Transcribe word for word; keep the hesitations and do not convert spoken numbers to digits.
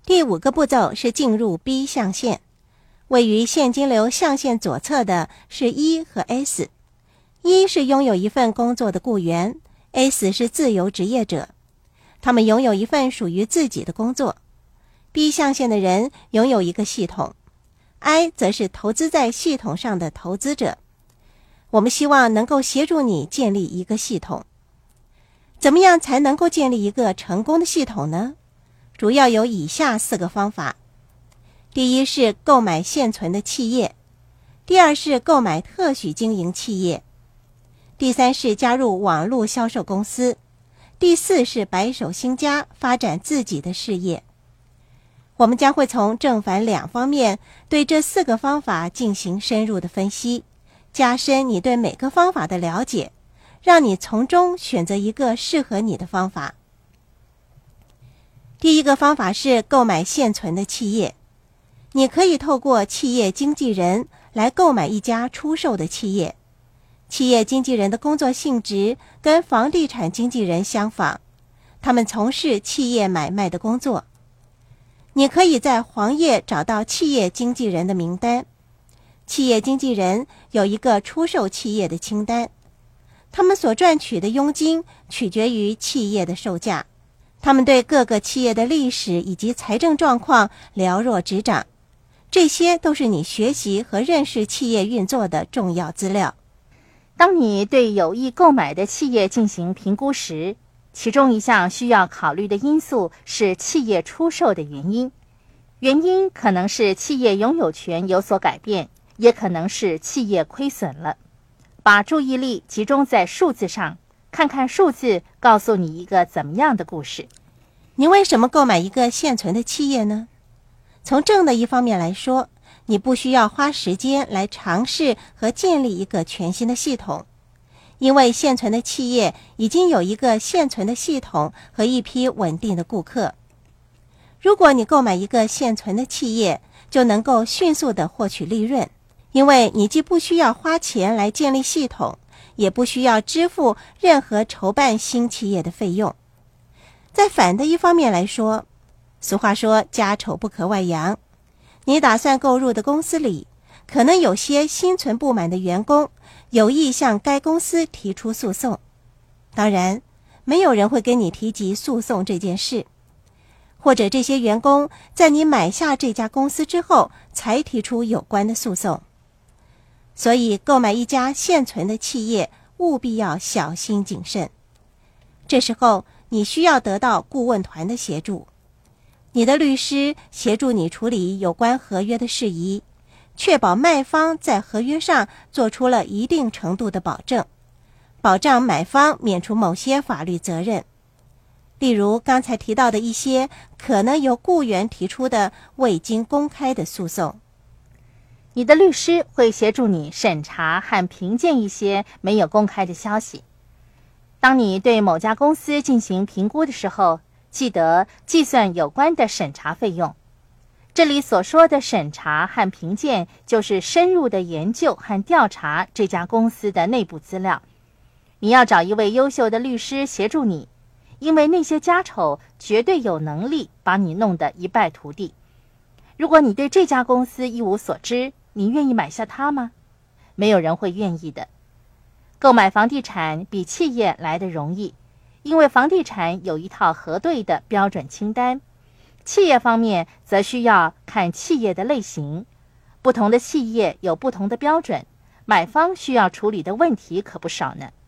第五个步骤是进入 B 象限，位于现金流象限左侧的是 E 和 S。E 是拥有一份工作的雇员， S 是自由职业者，他们拥有一份属于自己的工作。 B 象限的人拥有一个系统， I 则是投资在系统上的投资者。我们希望能够协助你建立一个系统。怎么样才能够建立一个成功的系统呢？主要有以下四个方法。第一是购买现存的企业，第二是购买特许经营企业，第三是加入网络销售公司，第四是白手兴家，发展自己的事业。我们将会从正反两方面对这四个方法进行深入的分析，加深你对每个方法的了解，让你从中选择一个适合你的方法。第一个方法是购买现存的企业。你可以透过企业经纪人来购买一家出售的企业。企业经纪人的工作性质跟房地产经纪人相仿，他们从事企业买卖的工作。你可以在黄页找到企业经纪人的名单。企业经纪人有一个出售企业的清单，他们所赚取的佣金取决于企业的售价。他们对各个企业的历史以及财政状况了若指掌，这些都是你学习和认识企业运作的重要资料。 当你对有意购买的企业进行评估时，其中一项需要考虑的因素是企业出售的原因。原因可能是企业拥有权有所改变，也可能是企业亏损了。把注意力集中在数字上，看看数字告诉你一个怎么样的故事。 你为什么购买一个现存的企业呢？从正的一方面来说，你不需要花时间来尝试和建立一个全新的系统，因为现存的企业已经有一个现存的系统和一批稳定的顾客。如果你购买一个现存的企业，就能够迅速地获取利润，因为你既不需要花钱来建立系统，也不需要支付任何筹办新企业的费用。在反的一方面来说，俗话说家丑不可外扬，你打算购入的公司里，可能有些心存不满的员工有意向该公司提出诉讼。当然，没有人会跟你提及诉讼这件事，或者这些员工在你买下这家公司之后才提出有关的诉讼。所以购买一家现存的企业务必要小心谨慎。这时候你需要得到顾问团的协助，你的律师协助你处理有关合约的事宜，确保卖方在合约上做出了一定程度的保证，保障买方免除某些法律责任。例如刚才提到的一些可能由雇员提出的未经公开的诉讼。 你的律师会协助你审查和评鉴一些没有公开的消息。当你对某家公司进行评估的时候，记得计算有关的审查费用。这里所说的审查和评鉴，就是深入的研究和调查这家公司的内部资料。你要找一位优秀的律师协助你，因为那些家丑绝对有能力把你弄得一败涂地。如果你对这家公司一无所知，你愿意买下它吗？没有人会愿意的。购买房地产比企业来得容易，因为房地产有一套核对的标准清单，企业方面则需要看企业的类型，不同的企业有不同的标准，买方需要处理的问题可不少呢。